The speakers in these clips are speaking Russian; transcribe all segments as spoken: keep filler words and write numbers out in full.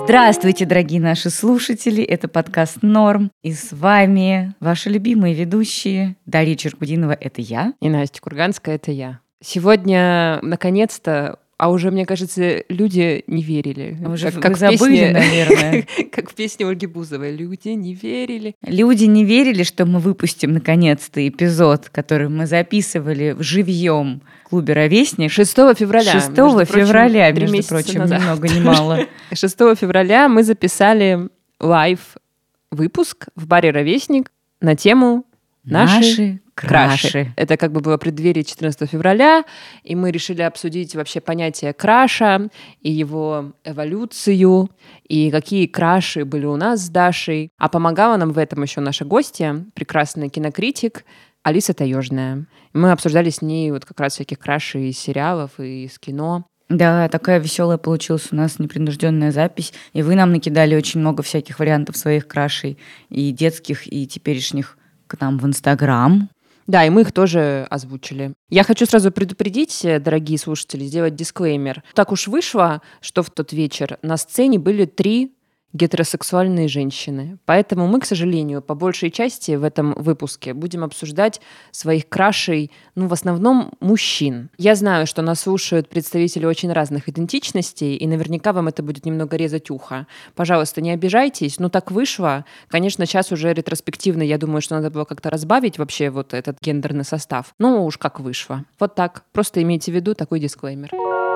Здравствуйте, дорогие наши слушатели, это подкаст «Норм», и с вами ваши любимые ведущие Дарья Черкудинова, это я. И Настя Курганская, это я. Сегодня, наконец-то, а уже, мне кажется, люди не верили. Уже как, вы как забыли, песне, наверное. Как в песне Ольги Бузовой. Люди не верили. Люди не верили, что мы выпустим, наконец-то, эпизод, который мы записывали живьем в клубе «Ровесник». шестого февраля. шестого февраля, между прочим, назад. ни много ни мало. шестого февраля мы записали лайв-выпуск в баре «Ровесник» на тему «Наши, Наши краши». краши». Это как бы было преддверие четырнадцатого февраля, и мы решили обсудить вообще понятие краша и его эволюцию, и какие краши были у нас с Дашей. А помогала нам в этом еще наша гостья, прекрасный кинокритик Алиса Таежная. Мы обсуждали с ней вот как раз всяких крашей из сериалов и из кино. Да, такая веселая получилась у нас непринужденная запись. И вы нам накидали очень много всяких вариантов своих крашей, и детских, и теперешних, к нам в Инстаграм. Да, и мы их тоже озвучили. Я хочу сразу предупредить, дорогие слушатели, сделать дисклеймер. Так уж вышло, что в тот вечер на сцене были три гетеросексуальные женщины. Поэтому мы, к сожалению, по большей части в этом выпуске будем обсуждать своих крашей, ну, в основном мужчин. Я знаю, что нас слушают представители очень разных идентичностей, и наверняка вам это будет немного резать ухо. Пожалуйста, не обижайтесь, ну, так вышло. Конечно, сейчас уже ретроспективно, я думаю, что надо было как-то разбавить вообще вот этот гендерный состав. Ну, уж как вышло. Вот так. Просто имейте в виду такой дисклеймер.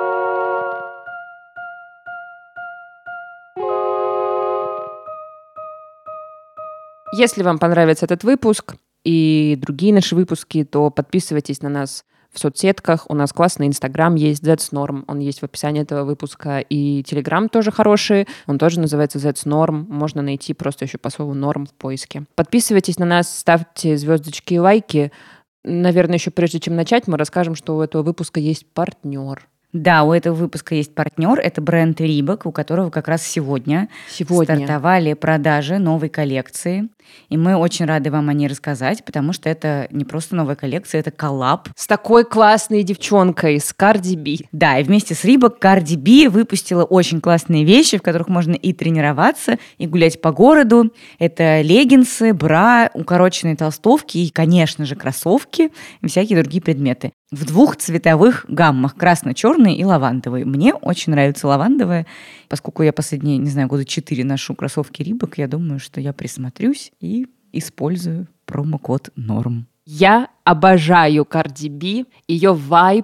Если вам понравится этот выпуск и другие наши выпуски, то подписывайтесь на нас в соцсетках. У нас классный Инстаграм есть, That's Norm. Он есть в описании этого выпуска. И Телеграм тоже хороший. Он тоже называется That's Norm. Можно найти просто еще по слову «норм» в поиске. Подписывайтесь на нас, ставьте звездочки и лайки. Наверное, еще прежде чем начать, мы расскажем, что у этого выпуска есть партнер. Да, у этого выпуска есть партнер, это бренд Reebok, у которого как раз сегодня, сегодня стартовали продажи новой коллекции. И мы очень рады вам о ней рассказать, потому что это не просто новая коллекция, это коллаб. С такой классной девчонкой, с Cardi B. Да, и вместе с Reebok Cardi B выпустила очень классные вещи, в которых можно и тренироваться, и гулять по городу. Это леггинсы, бра, укороченные толстовки и, конечно же, кроссовки и всякие другие предметы. В двух цветовых гаммах, красно-черный и лавандовый. Мне очень нравится лавандовая, поскольку я последние, не знаю, года четыре ношу кроссовки Reebok, я думаю, что я присмотрюсь и использую промокод норм. Я обожаю Cardi B, ее вайб,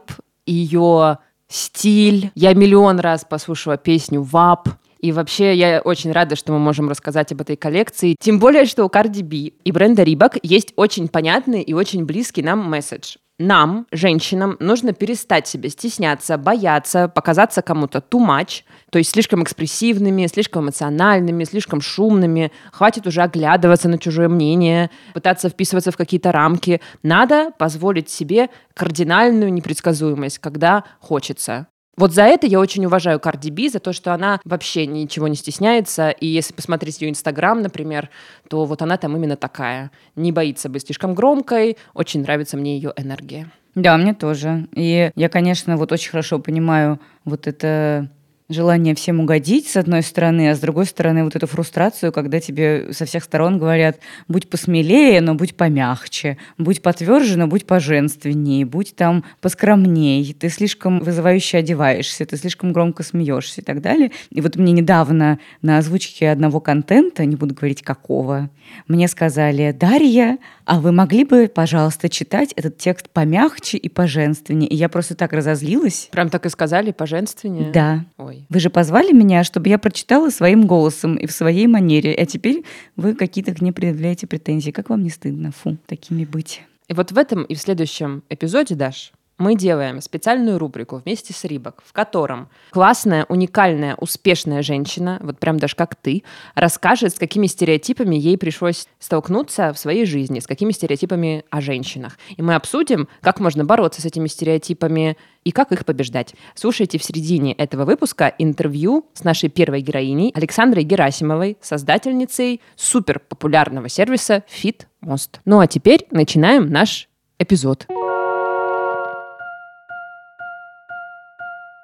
ее стиль. Я миллион раз послушала песню «вап». И вообще я очень рада, что мы можем рассказать об этой коллекции. Тем более, что у Cardi B и бренда Reebok есть очень понятный и очень близкий нам месседж. Нам, женщинам, нужно перестать себя стесняться, бояться, показаться кому-то too much, то есть слишком экспрессивными, слишком эмоциональными, слишком шумными. Хватит уже оглядываться на чужое мнение, пытаться вписываться в какие-то рамки. Надо позволить себе кардинальную непредсказуемость, когда хочется. Вот за это я очень уважаю Cardi B, за то, что она вообще ничего не стесняется. И если посмотреть ее Инстаграм, например, то вот она там именно такая. Не боится быть слишком громкой, очень нравится мне ее энергия. Да, мне тоже. И я, конечно, вот очень хорошо понимаю вот это желание всем угодить, с одной стороны, а с другой стороны вот эту фрустрацию, когда тебе со всех сторон говорят: будь посмелее, но будь помягче, будь потверже, но будь поженственнее, будь там поскромней, ты слишком вызывающе одеваешься, ты слишком громко смеешься и так далее. И вот мне недавно на озвучке одного контента, не буду говорить какого, мне сказали: Дарья, а вы могли бы, пожалуйста, читать этот текст помягче и поженственнее? И я просто так разозлилась. Прям так и сказали, поженственнее? Да. Ой. Вы же позвали меня, чтобы я прочитала своим голосом и в своей манере, а теперь вы какие-то к ней предъявляете претензии. Как вам не стыдно? Фу, такими быть. И вот в этом и в следующем эпизоде, Даш, мы делаем специальную рубрику вместе с Reebok, в котором классная, уникальная, успешная женщина, вот прям даже как ты, расскажет, с какими стереотипами ей пришлось столкнуться в своей жизни, с какими стереотипами о женщинах. И мы обсудим, как можно бороться с этими стереотипами и как их побеждать. Слушайте в середине этого выпуска интервью с нашей первой героиней Александрой Герасимовой, создательницей суперпопулярного сервиса FitMost. Ну а теперь начинаем наш эпизод.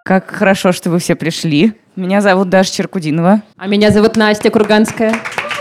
Как хорошо, что вы все пришли. Меня зовут Даша Черкудинова. А меня зовут Настя Курганская.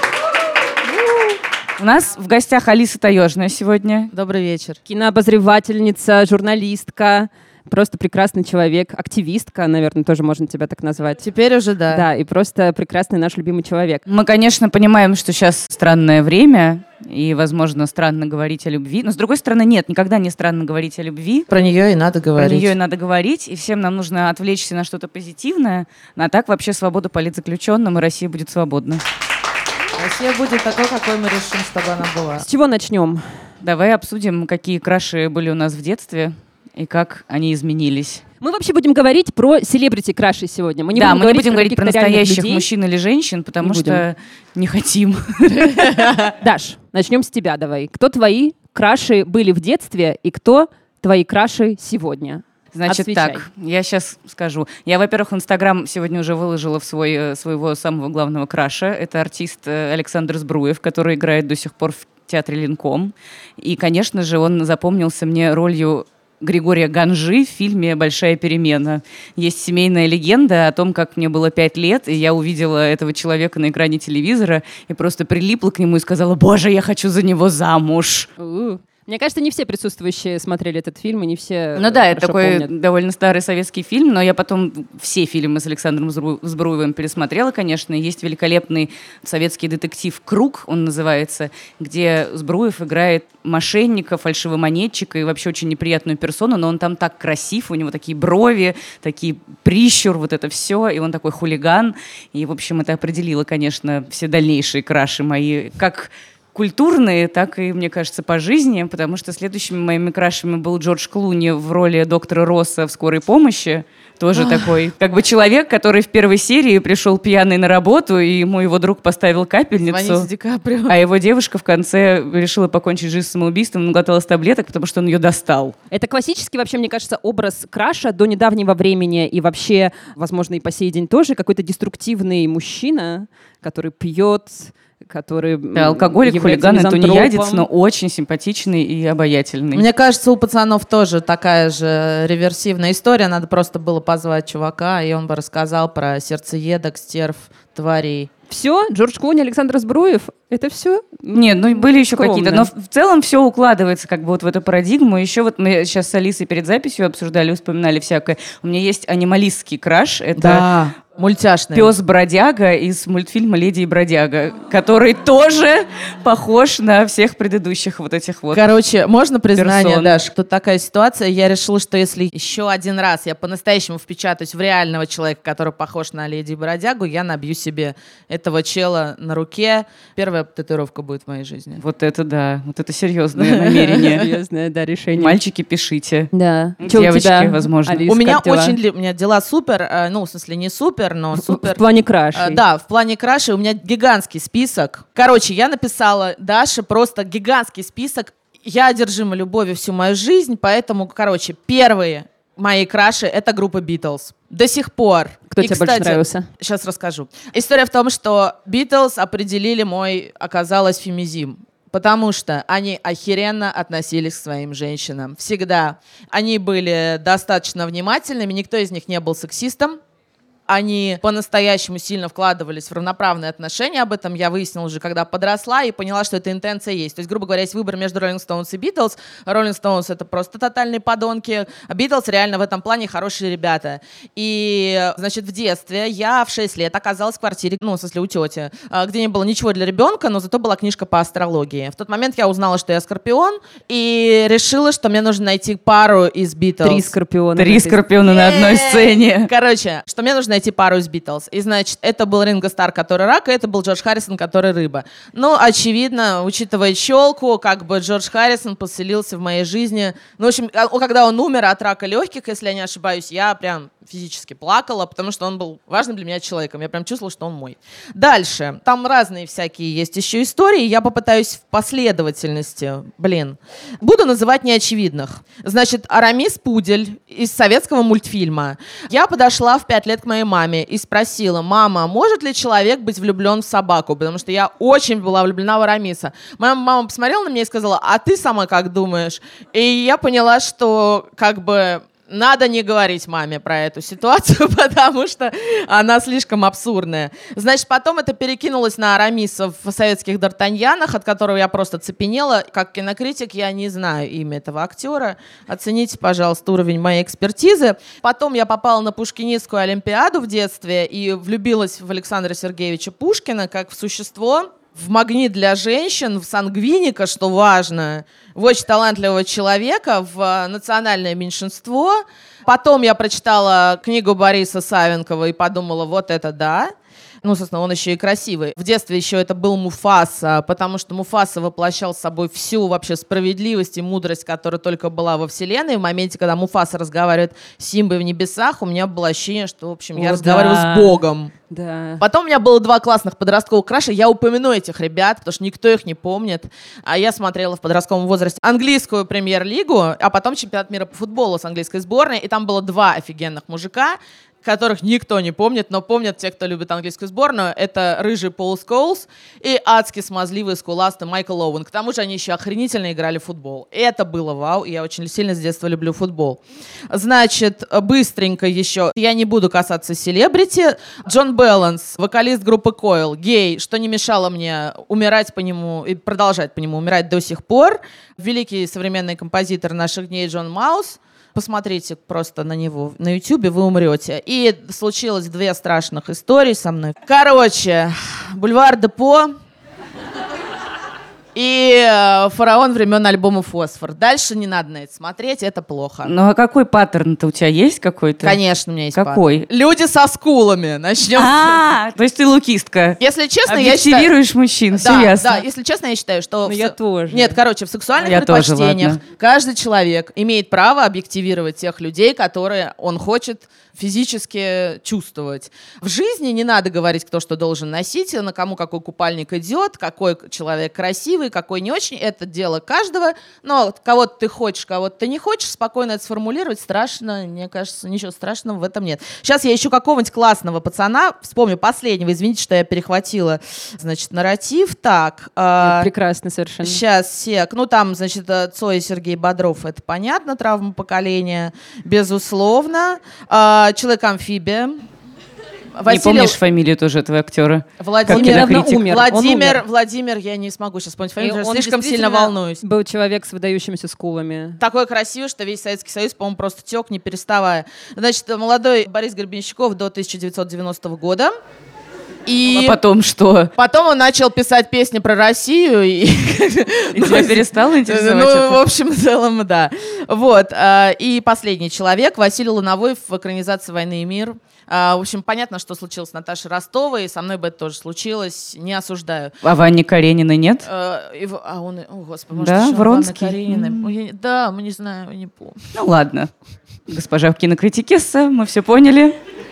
У нас в гостях Алиса Таежная сегодня. Добрый вечер. Кинообозревательница, журналистка, просто прекрасный человек, активистка, наверное, тоже можно тебя так назвать. Теперь уже да. Да, и просто прекрасный наш любимый человек. Мы, конечно, понимаем, что сейчас странное время, и, возможно, странно говорить о любви. Но, с другой стороны, нет, никогда не странно говорить о любви. Про нее и надо говорить. Про нее и надо говорить, и всем нам нужно отвлечься на что-то позитивное. А так вообще свобода политзаключенным, и Россия будет свободна. Россия будет такой, какой мы решим, чтобы она была. С чего начнем? Давай обсудим, какие краши были у нас в детстве и как они изменились. Мы вообще будем говорить про селебрити-краши сегодня. Мы не да, будем мы не будем говорить про настоящих людей. мужчин или женщин, потому не что не хотим. Даш, начнем с тебя давай. Кто твои краши были в детстве и кто твои краши сегодня? Значит Отвечай. так, я сейчас скажу. Я, во-первых, в Инстаграм сегодня уже выложила в свой, своего самого главного краша. Это артист Александр Збруев, который играет до сих пор в театре Ленком. И, конечно же, он запомнился мне ролью Григория Ганжи в фильме «Большая перемена». Есть семейная легенда о том, как мне было пять лет, и я увидела этого человека на экране телевизора и просто прилипла к нему и сказала: «Боже, я хочу за него замуж!» У-у. Мне кажется, не все присутствующие смотрели этот фильм, и не все Ну да, это такой помнят. довольно старый советский фильм, но я потом все фильмы с Александром Збруевым пересмотрела, конечно. Есть великолепный советский детектив «Круг», он называется, где Збруев играет мошенника, фальшивомонетчика и вообще очень неприятную персону, но он там так красив, у него такие брови, такие прищур, вот это все, и он такой хулиган. И, в общем, это определило, конечно, все дальнейшие краши мои, как культурные, так и, мне кажется, по жизни, потому что следующими моими крашами был Джордж Клуни в роли доктора Росса в «Скорой помощи». Тоже такой, как бы человек, который в первой серии пришел пьяный на работу, и ему его друг поставил капельницу. Звоните Ди Каприо. А его девушка в конце решила покончить жизнь самоубийством, наглоталась таблеток, потому что он ее достал. Это классический, вообще, мне кажется, образ краша до недавнего времени и вообще, возможно, и по сей день тоже, какой-то деструктивный мужчина, который пьет, который Да, алкоголик, хулиган и тунеядец, но очень симпатичный и обаятельный. Мне кажется, у пацанов тоже такая же реверсивная история. Надо просто было позвать чувака, и он бы рассказал про сердцеедок, стерв, тварей. Все? Джордж Клуни, Александр Збруев? Это все? Нет, ну были еще Скромно. какие-то. Но в целом все укладывается как бы вот в эту парадигму. Еще вот мы сейчас с Алисой перед записью обсуждали, вспоминали всякое. У меня есть анималистский краш. Это Да, мультяшный. пес-бродяга из мультфильма «Леди и бродяга», который тоже похож на всех предыдущих вот этих вот. Короче, можно признание, персон. Даш? Тут такая ситуация. Я решила, что если еще один раз я по-настоящему впечатаюсь в реального человека, который похож на леди и бродягу, я набью себе этого чела на руке. Первая татуировка будет в моей жизни. Вот это да, вот это серьезное намерение. Серьезное, да, решение. Мальчики, пишите. Да. Девочки, возможно. Алис, У меня как дела? очень дли- у меня дела супер, э, ну, в смысле, не супер, но супер. В плане крашей. Э, Да, в плане краши у меня гигантский список. Короче, я написала Даше просто гигантский список. Я одержима любовью всю мою жизнь, поэтому, короче, первые мои краши — это группа Beatles. До сих пор. Кто И, тебе кстати, больше нравился? Сейчас расскажу. История в том, что Beatles определили мой, оказалось, фемизим. Потому что они охеренно относились к своим женщинам. Всегда. Они были достаточно внимательными, никто из них не был сексистом. Они по-настоящему сильно вкладывались в равноправные отношения. Об этом я выяснила уже, когда подросла, и поняла, что эта интенция есть. То есть, грубо говоря, есть выбор между Rolling Stones и Beatles. Rolling Stones — это просто тотальные подонки, а Beatles реально в этом плане хорошие ребята. И, значит, в детстве я в шесть лет оказалась в квартире, ну, в смысле, у тети, где не было ничего для ребенка, но зато была книжка по астрологии. В тот момент я узнала, что я скорпион, и решила, что мне нужно найти пару из Beatles. Три скорпиона. Три скорпиона на одной сцене. Короче, что мне нужно найти пару из Beatles. И, значит, это был Ринго Стар, который рак, и это был Джордж Харрисон, который рыба. Ну, очевидно, учитывая челку, как бы Джордж Харрисон поселился в моей жизни. Ну, в общем, когда он умер от рака легких, если я не ошибаюсь, я прям физически плакала, потому что он был важным для меня человеком. Я прям чувствовала, что он мой. Дальше. Там разные всякие есть еще истории. Я попытаюсь в последовательности, блин, буду называть неочевидных. Значит, Арамис Пудель из советского мультфильма. Я подошла в пять лет к моей маме и спросила: мама, может ли человек быть влюблен в собаку? Потому что я очень была влюблена в Арамиса. Моя мама посмотрела на меня и сказала: а ты сама как думаешь? И я поняла, что как бы Надо не говорить маме про эту ситуацию, потому что она слишком абсурдная. Значит, потом это перекинулось на Арамиса в советских Д'Артаньянах, от которого я просто цепенела. Как кинокритик я не знаю имя этого актера. Оцените, пожалуйста, уровень моей экспертизы. Потом я попала на Пушкинистскую олимпиаду в детстве и влюбилась в Александра Сергеевича Пушкина как в существо, в магнит для женщин, в сангвиника, что важно, в очень талантливого человека, в национальное меньшинство. Потом я прочитала книгу Бориса Савенкова и подумала, вот это да. Ну, собственно, он еще и красивый. В детстве еще это был Муфаса, потому что Муфаса воплощал с собой всю вообще справедливость и мудрость, которая только была во вселенной. В моменте, когда Муфаса разговаривает с Симбой в небесах, у меня было ощущение, что, в общем, я О, разговариваю да. с Богом. Да. Потом у меня было два классных подростковых краша. Я упомяну этих ребят, потому что никто их не помнит. А я смотрела в подростковом возрасте английскую премьер-лигу, а потом чемпионат мира по футболу с английской сборной. И там было два офигенных мужика, которых никто не помнит, но помнят те, кто любит английскую сборную. Это рыжий Пол Скоулс и адски смазливый скуластый Майкл Оуэн. К тому же они еще охренительно играли в футбол. И это было вау, и я очень сильно с детства люблю футбол. Значит, быстренько еще. Я не буду касаться селебрити. Джон Бэланс, вокалист группы Coil, гей, что не мешало мне умирать по нему и продолжать по нему умирать до сих пор. Великий современный композитор наших дней Джон Маус. Посмотрите просто на него на Ютубе, вы умрете. И случилось две страшных истории со мной. Короче, бульвар Депо и э, фараон времен альбома «Фосфор». Дальше не надо на это смотреть, это плохо. Ну а какой паттерн-то у тебя есть какой-то? Конечно, у меня есть какой? паттерн. Люди со скулами. Начнем. А, то есть ты лукистка. Если честно, я считаю... Объективируешь мужчин, все да, ясно. Да, если честно, я считаю, что... Ну я тоже. Нет, короче, в сексуальных я предпочтениях тоже, каждый человек имеет право объективировать тех людей, которые он хочет физически чувствовать. В жизни не надо говорить, кто что должен носить, на кому какой купальник идет, какой человек красивый, какой не очень. Это дело каждого. Но кого-то ты хочешь, кого-то ты не хочешь, спокойно это сформулировать. Страшно, мне кажется, ничего страшного в этом нет. Сейчас я ищу какого-нибудь классного пацана. Вспомню последнего. Извините, что я перехватила, значит, нарратив. Так. Э, Прекрасно совершенно. Сейчас, сек. Ну, там, значит, Цой и Сергей Бодров. Это понятно. Травма поколения. Безусловно. Человек-амфибия. Василий... Не помнишь фамилию тоже этого актера? Владимир, умер. Владимир, умер. Владимир, я не смогу сейчас вспомнить фамилию, слишком сильно волнуюсь. Был человек с выдающимися скулами. Такой красивый, что весь Советский Союз, по-моему, просто тек, не переставая. Значит, молодой Борис Гребенщиков до тысяча девятьсот девяностого года. И а потом что? Потом он начал писать песни про Россию. И, и тебя перестал интересовать? Ну, это? в общем, в целом, да. Вот. И последний человек, Василий Луновой в экранизации «Войны и мир». В общем, понятно, что случилось с Наташей Ростовой, и со мной бы это тоже случилось, не осуждаю. А Вани Карениной нет? А он, о, господи, может, да, еще Вронский? Ванна Карениной? Mm-hmm. Да, мы не знаем, не помню. Ну, ладно. Госпожа кинокритикесса, мы все поняли.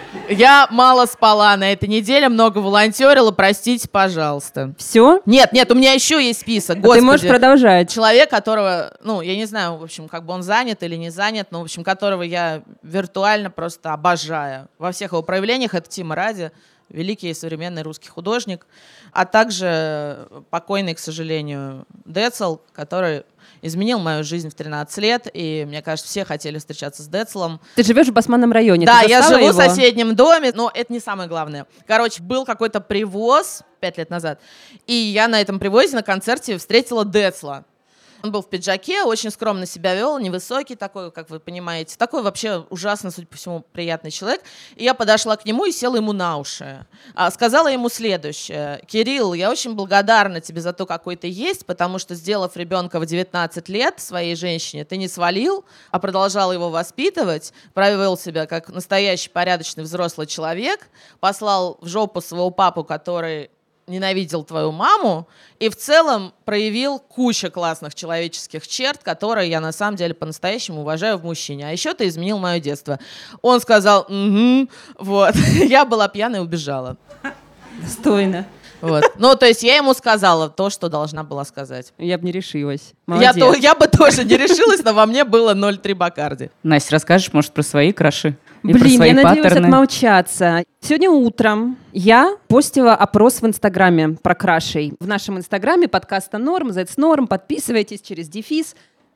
Я мало спала на этой неделе, много волонтерила, простите, пожалуйста. Все? Нет, нет, у меня еще есть список. А ты можешь продолжать. Человек, которого, ну, я не знаю, в общем, как бы он занят или не занят, но, в общем, которого я виртуально просто обожаю. Во всех его проявлениях это Тима Ради, великий современный русский художник, а также покойный, к сожалению, Децл, который... изменил мою жизнь в тринадцать лет, и, мне кажется, все хотели встречаться с Децлом. Ты живешь в Басманном районе? Да, я живу его? в соседнем доме, но это не самое главное. Короче, был какой-то привоз пять лет назад, и я на этом привозе, на концерте встретила Децла. Он был в пиджаке, очень скромно себя вел, невысокий такой, как вы понимаете. Такой вообще ужасно, судя по всему, приятный человек. И я подошла к нему и села ему на уши. А, сказала ему следующее. «Кирилл, я очень благодарна тебе за то, какой ты есть, потому что, сделав ребенка в девятнадцать лет своей женщине, ты не свалил, а продолжал его воспитывать, провел себя как настоящий порядочный взрослый человек, послал в жопу своего папу, который... ненавидел твою маму, и в целом проявил кучу классных человеческих черт, которые я на самом деле по-настоящему уважаю в мужчине. А еще ты изменил мое детство». Он сказал «Угу». Вот. Я была пьяна и убежала. Достойно. Вот. Ну, то есть я ему сказала то, что должна была сказать. Я бы не решилась. Я, то, я бы тоже не решилась, но во мне было ноль три Бакарди. Настя, расскажешь, может, про свои краши? И Блин, про свои я надеюсь паттерны? отмолчаться. Сегодня утром я постила опрос в Инстаграме про крашей. В нашем Инстаграме подкаста Норм, Зетс Норм. Подписывайтесь через дефис.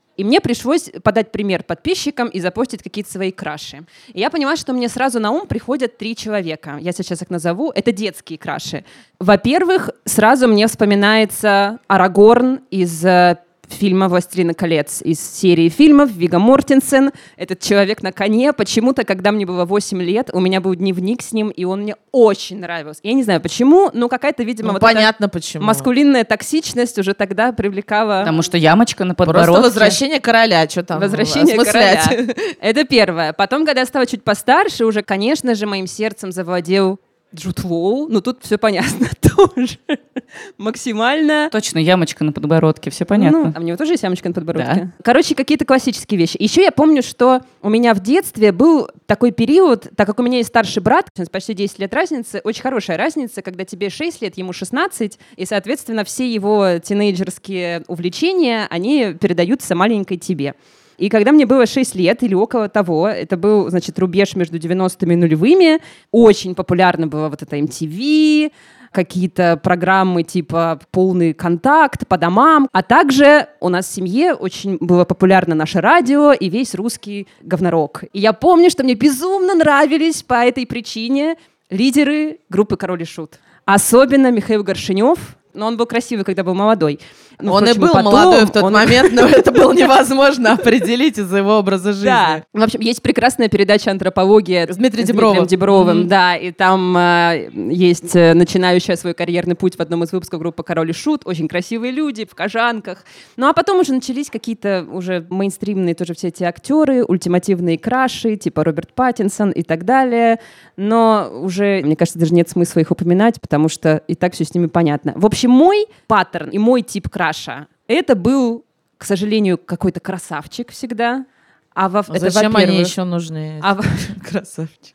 И мне пришлось подать пример подписчикам и запостить какие-то свои краши. И я поняла, что мне сразу на ум приходят три человека. Я сейчас их назову. Это детские краши. Во-первых, сразу мне вспоминается Арагорн из фильма «Властелин колец», из серии фильмов Вигго Мортенсен. Этот человек на коне. Почему-то, когда мне было восемь лет, у меня был дневник с ним, и он мне очень нравился. Я не знаю, почему, но какая-то, видимо, ну, вот понятно, эта почему. маскулинная токсичность уже тогда привлекала... Потому что ямочка на подбородке. Просто возвращение короля, что там Возвращение короля. Это первое. Потом, когда я стала чуть постарше, уже, конечно же, моим сердцем завладел Джуд Лоу, но тут все понятно тоже. Максимально. Точно, ямочка на подбородке, все понятно. Ну, а у него тоже есть ямочка на подбородке? Да. Короче, какие-то классические вещи. Еще я помню, что у меня в детстве был такой период, так как у меня есть старший брат, почти десять лет разницы, очень хорошая разница, когда тебе шесть лет, ему шестнадцать, и, соответственно, все его тинейджерские увлечения, они передаются маленькой тебе. И когда мне было шесть лет или около того, это был, значит, рубеж между девяностыми и нулевыми, очень популярно было вот это эм ти ви, какие-то программы типа «Полный контакт» по домам, а также у нас в семье очень было популярно наше радио и весь русский говнорок. И я помню, что мне безумно нравились по этой причине лидеры группы «Король и Шут». Особенно Михаил Горшенев. Но он был красивый, когда был молодой. Ну, он впрочем, и был потом, молодой в тот он... момент, но это было невозможно определить из-за его образа жизни. Да. В общем, есть прекрасная передача «Антропология» с Дмитрием с Дибровым. Дмитрием Дибровым, Mm-hmm. да, и там э, есть э, начинающая свой карьерный путь в одном из выпусков группы «Король и Шут», очень красивые люди в кожанках. Ну, а потом уже начались какие-то уже мейнстримные тоже все эти актеры, ультимативные краши, типа Роберт Паттинсон и так далее, но уже, мне кажется, даже нет смысла их упоминать, потому что и так все с ними понятно. В общем, мой паттерн и мой тип краша — это был, к сожалению, какой-то красавчик всегда. А во... А это, зачем во-первых. они еще нужны? А во... Красавчики.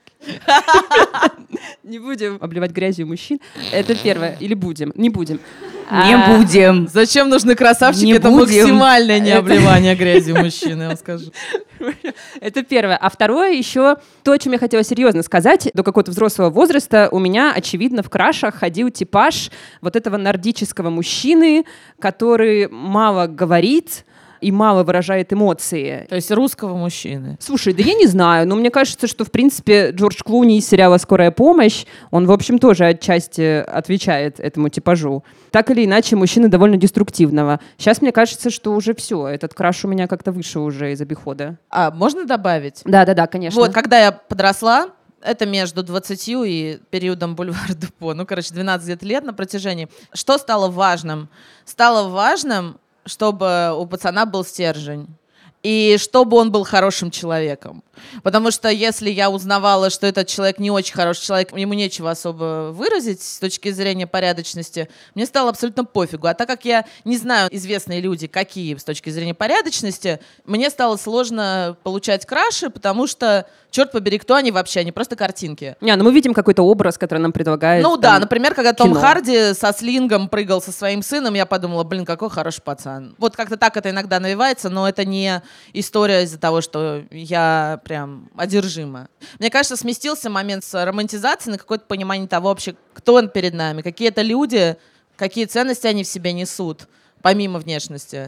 Не будем обливать грязью мужчин. Это первое. Или будем? Не будем. Не А, будем. Зачем нужны красавчики? Не это будем. максимальное Это- необливание грязью мужчины, я вам скажу. Это первое. А второе еще то, о чем я хотела серьезно сказать. До какого-то взрослого возраста у меня, очевидно, в крашах ходил типаж вот этого нордического мужчины, который мало говорит и мало выражает эмоции. То есть русского мужчины. Слушай, да я не знаю, но мне кажется, что, в принципе, Джордж Клуни из сериала «Скорая помощь», он, в общем, тоже отчасти отвечает этому типажу. Так или иначе, мужчина довольно деструктивного. Сейчас мне кажется, что уже все, этот краш у меня как-то вышел уже из обихода. А, можно добавить? Да-да-да, конечно. Вот, когда я подросла, это между двадцатью и периодом Бульвара Дюпо, ну, короче, двенадцать где-то лет на протяжении. Что стало важным? Стало важным, чтобы у пацана был стержень. И чтобы он был хорошим человеком. Потому что если я узнавала, что этот человек не очень хороший человек, ему нечего особо выразить с точки зрения порядочности, мне стало абсолютно пофигу. А так как я не знаю, известные люди, какие с точки зрения порядочности, мне стало сложно получать краши, потому что, черт побери, кто они вообще? Они просто картинки. Не, ну мы видим какой-то образ, который нам предлагает. Ну там, да, например, когда Том кино. Харди со слингом прыгал со своим сыном, я подумала, блин, какой хороший пацан. Вот как-то так это иногда навевается, но это не история из-за того, что я прям одержима. Мне кажется, сместился момент с романтизации на какое-то понимание того вообще, кто он перед нами, какие это люди, какие ценности они в себе несут, помимо внешности,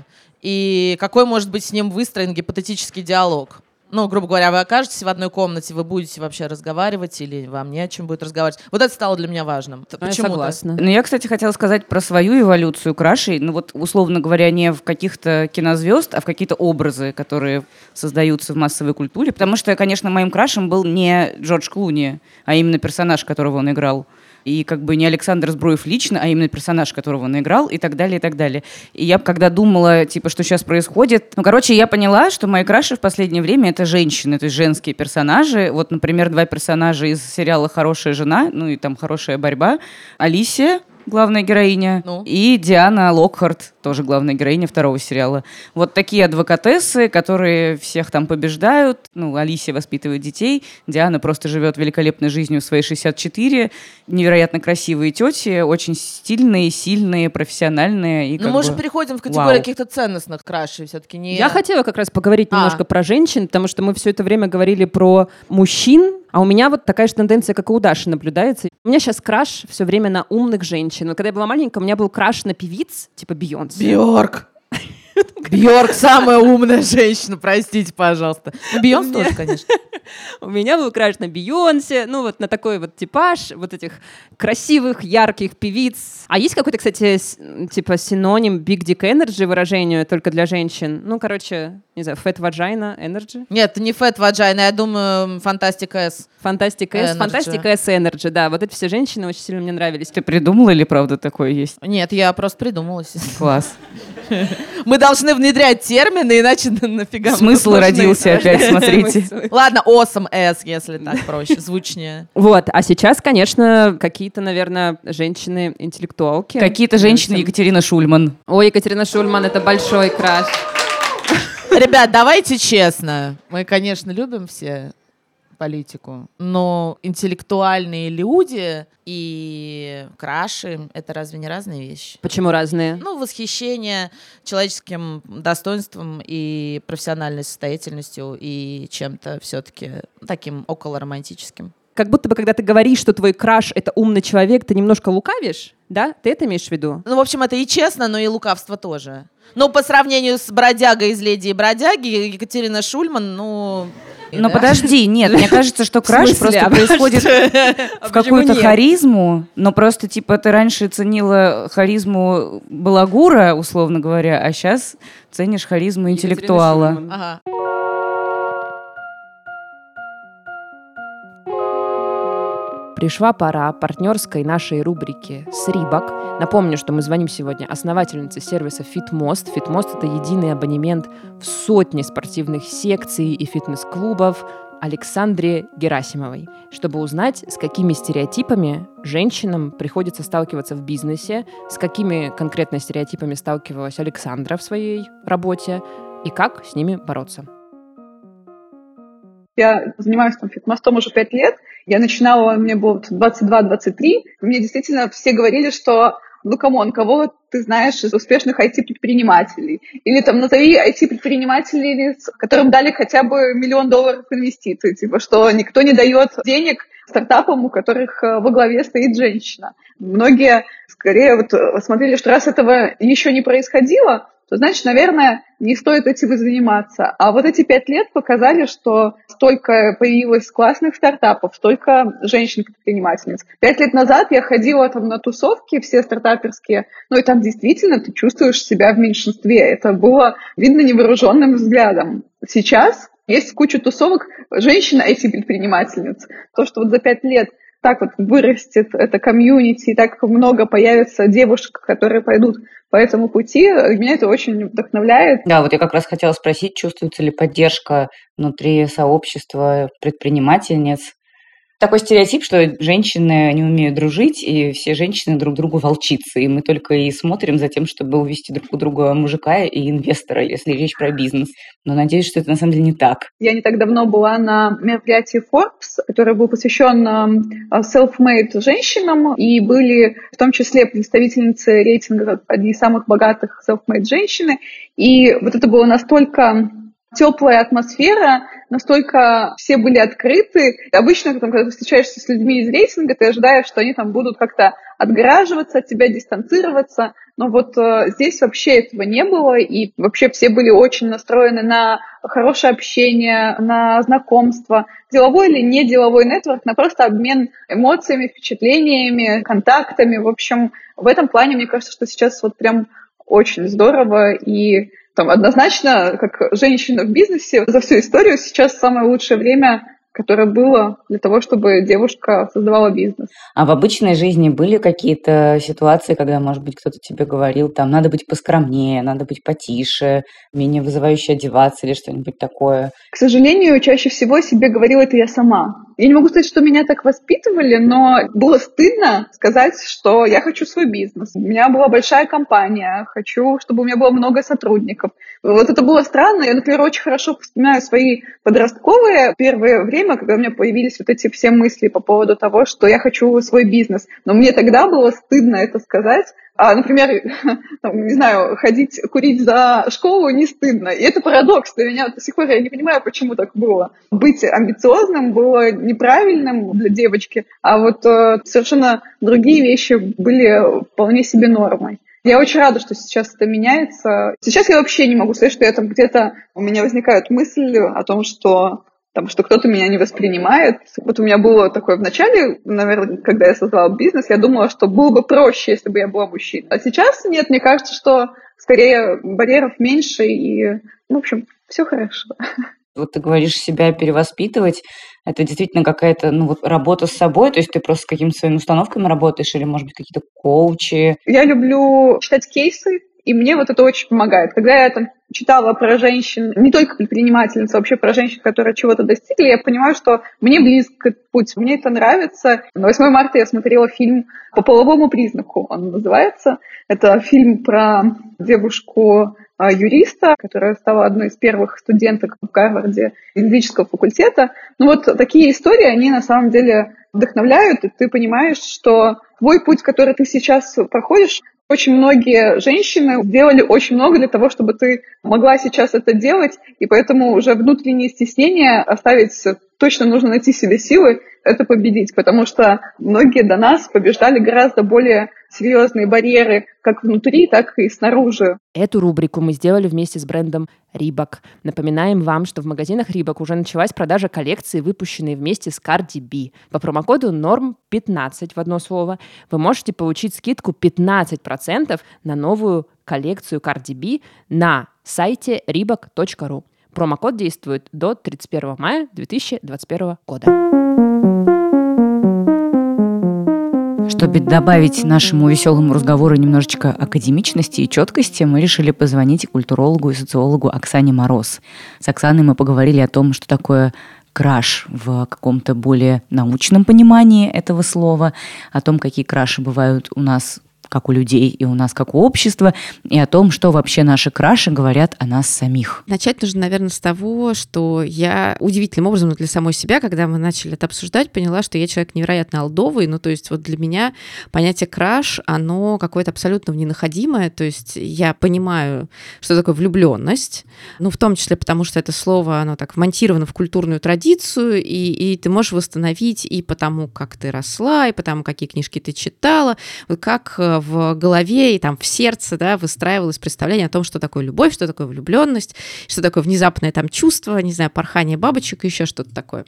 и какой может быть с ним выстроен гипотетический диалог. Ну, грубо говоря, вы окажетесь в одной комнате, вы будете вообще разговаривать или вам не о чем будет разговаривать. Вот это стало для меня важным. Я Почему-то. согласна. Ну, я, кстати, хотела сказать про свою эволюцию крашей. Ну, вот, условно говоря, не в каких-то кинозвезд, а в какие-то образы, которые создаются в массовой культуре. Потому что, конечно, моим крашем был не Джордж Клуни, а именно персонаж, которого он играл. И как бы не Александр Збруев лично, а именно персонаж, которого он играл, и так далее, и так далее. И я когда думала, типа, что сейчас происходит... Ну, короче, я поняла, что мои краши в последнее время — это женщины, то есть женские персонажи. Вот, например, два персонажа из сериала «Хорошая жена», ну и там «Хорошая борьба». Алисия, главная героиня, Ну? и Диана Локхарт, тоже главная героиня второго сериала. Вот такие адвокатессы, которые всех там побеждают. Ну, Алисия воспитывает детей, Диана просто живет великолепной жизнью в свои шестьдесят четыре. Невероятно красивые тети, очень стильные, сильные, профессиональные. И Ну, как мы бы... же переходим в категорию вау. каких-то ценностных крашей, все-таки не... Я хотела как раз поговорить А. немножко про женщин, потому что мы все это время говорили про мужчин, а у меня вот такая же тенденция, как и у Даши, наблюдается. У меня сейчас краш все время на умных женщин. Вот когда я была маленькая, у меня был краш на певиц, типа Бейонсе. Бьорк. Бьорк самая умная женщина, простите, пожалуйста. Ну, Бейонсе тоже, конечно. У меня был краш на Бейонсе, ну вот на такой вот типаж вот этих красивых, ярких певиц. А есть какой-то, кстати, с- типа синоним Big Dick Energy выражению только для женщин? Ну, короче, не знаю, Fat Vagina Energy? Нет, не Fat Vagina, я думаю, Фантастика S. Фантастика S, Energy. Фантастика S Energy, да, вот эти все женщины очень сильно мне нравились. Ты придумала или правда такое есть? Нет, я просто придумала. Класс. Мы должны внедрять термины, иначе на- нафига мы Смысл тут нужны? родился опять, смотрите. Ладно, Awesome S, если так проще, звучнее. Вот, а сейчас, конечно, какие-то, наверное, женщины-интеллектуалки. Какие-то женщины Екатерина Шульман. Ой, Екатерина Шульман, это большой краш. Ребят, давайте честно. Мы, конечно, любим все политику, но интеллектуальные люди и краши — это разве не разные вещи? Почему разные? Ну, восхищение человеческим достоинством и профессиональной состоятельностью и чем-то все-таки таким околоромантическим. Как будто бы, когда ты говоришь, что твой краш — это умный человек, ты немножко лукавишь, да? Ты это имеешь в виду? Ну, в общем, это и честно, но и лукавство тоже. Но по сравнению с бродягой из «Леди и бродяги» Екатерина Шульман, ну... Но да. подожди, нет, мне кажется, что краш смысле? просто А происходит А в почему какую-то нет? харизму, но просто типа ты раньше ценила харизму балагура, условно говоря, а сейчас ценишь харизму Екатерина интеллектуала. Шульман. Ага. Пришла пора партнерской нашей рубрики «Срибок». Напомню, что мы звоним сегодня основательнице сервиса FitMost. FitMost — это единый абонемент в сотни спортивных секций и фитнес-клубов Александре Герасимовой, чтобы узнать, с какими стереотипами женщинам приходится сталкиваться в бизнесе, с какими конкретно стереотипами сталкивалась Александра в своей работе и как с ними бороться. Я занимаюсь там фитмостом уже пять лет. Я начинала, мне было двадцать два - двадцать три. Мне действительно все говорили, что ну, камон, кого ты знаешь из успешных ай ти-предпринимателей? Или там назови ай ти-предпринимателей, которым дали хотя бы миллион долларов инвестиций. Типа, что никто не дает денег стартапам, у которых во главе стоит женщина. Многие скорее вот смотрели, что раз этого еще не происходило, то, значит, наверное, не стоит этим и заниматься. А вот эти пять лет показали, что столько появилось классных стартапов, столько женщин-предпринимательниц. Пять лет назад я ходила там на тусовки все стартаперские, ну и там действительно ты чувствуешь себя в меньшинстве. Это было видно невооруженным взглядом. Сейчас есть куча тусовок женщин-ай ти-предпринимательниц. То, что вот за пять лет так вот вырастет это комьюнити, и так много появится девушек, которые пойдут по этому пути, меня это очень вдохновляет. Да, вот я как раз хотела спросить, чувствуется ли поддержка внутри сообщества предпринимательниц. Такой стереотип, что женщины не умеют дружить, и все женщины друг другу волчицы, и мы только и смотрим за тем, чтобы увести друг у друга мужика и инвестора, если речь про бизнес. Но надеюсь, что это на самом деле не так. Я не так давно была на мероприятии Forbes, которое был посвящен self-made женщинам, и были в том числе представительницы рейтинга одни из самых богатых self-made женщины, и вот это было настолько теплая атмосфера, настолько все были открыты. Обычно, там, когда ты встречаешься с людьми из рейтинга, ты ожидаешь, что они там будут как-то отгораживаться от тебя, дистанцироваться. Но вот э, здесь вообще этого не было, и вообще все были очень настроены на хорошее общение, на знакомство. Деловой или не деловой нетворк, на просто обмен эмоциями, впечатлениями, контактами. В общем, в этом плане, мне кажется, что сейчас вот прям очень здорово, и там однозначно, как женщина в бизнесе, за всю историю сейчас самое лучшее время, которое было для того, чтобы девушка создавала бизнес. А в обычной жизни были какие-то ситуации, когда, может быть, кто-то тебе говорил, там, надо быть поскромнее, надо быть потише, менее вызывающе одеваться или что-нибудь такое? К сожалению, чаще всего себе говорила это я сама. Я не могу сказать, что меня так воспитывали, но было стыдно сказать, что я хочу свой бизнес. У меня была большая компания, хочу, чтобы у меня было много сотрудников. Вот это было странно. Я, например, очень хорошо вспоминаю свои подростковые первое время, когда у меня появились вот эти все мысли по поводу того, что я хочу свой бизнес. Но мне тогда было стыдно это сказать. А, например, там, не знаю, ходить курить за школу не стыдно. И это парадокс для меня до сих пор. Я не понимаю, почему так было. Быть амбициозным было неправильным для девочки, а вот э, совершенно другие вещи были вполне себе нормой. Я очень рада, что сейчас это меняется. Сейчас я вообще не могу сказать, что я там где-то... У меня возникают мысли о том, что там, что кто-то меня не воспринимает. Вот у меня было такое в начале, наверное, когда я создавала бизнес, я думала, что было бы проще, если бы я была мужчиной. А сейчас нет, мне кажется, что скорее барьеров меньше, и, в общем, все хорошо. Вот ты говоришь, себя перевоспитывать, это действительно какая-то ну, вот работа с собой, то есть ты просто с какими-то своими установками работаешь, или, может быть, какие-то коучи? Я люблю читать кейсы, и мне вот это очень помогает. Когда я там читала про женщин, не только предпринимательниц, а вообще про женщин, которые чего-то достигли, я понимаю, что мне близок этот путь, мне это нравится. На восьмое марта я смотрела фильм «По половому признаку», он называется. Это фильм про девушку-юриста, которая стала одной из первых студенток в Гарварде юридического факультета. Ну вот такие истории, они на самом деле вдохновляют, и ты понимаешь, что твой путь, который ты сейчас проходишь, очень многие женщины сделали очень много для того, чтобы ты могла сейчас это делать, и поэтому уже внутреннее стеснение оставить точно нужно найти в себе силы это победить, потому что многие до нас побеждали гораздо более серьезные барьеры как внутри, так и снаружи. Эту рубрику мы сделали вместе с брендом Reebok. Напоминаем вам, что в магазинах Reebok уже началась продажа коллекции, выпущенной вместе с Cardi B. По промокоду норм пятнадцать в одно слово вы можете получить скидку пятнадцать процентов на новую коллекцию Cardi B на сайте рибок точка ру. Промокод действует до тридцать первого мая две тысячи двадцать первого года. Чтобы добавить нашему веселому разговору немножечко академичности и четкости, мы решили позвонить культурологу и социологу Оксане Мороз. С Оксаной мы поговорили о том, что такое краш в каком-то более научном понимании этого слова, о том, какие краши бывают у нас как у людей и у нас как у общества, и о том, что вообще наши краши говорят о нас самих. Начать нужно, наверное, с того, что я удивительным образом для самой себя, когда мы начали это обсуждать, поняла, что я человек невероятно олдовый, ну, то есть вот для меня понятие краш, оно какое-то абсолютно ненаходимое, то есть я понимаю, что такое влюбленность, ну, в том числе потому, что это слово, оно так вмонтировано в культурную традицию, и, и ты можешь восстановить и потому, как ты росла, и потому, какие книжки ты читала, вот как в голове и там в сердце, да, выстраивалось представление о том, что такое любовь, что такое влюбленность, что такое внезапное там чувство, не знаю, порхание бабочек и еще что-то такое.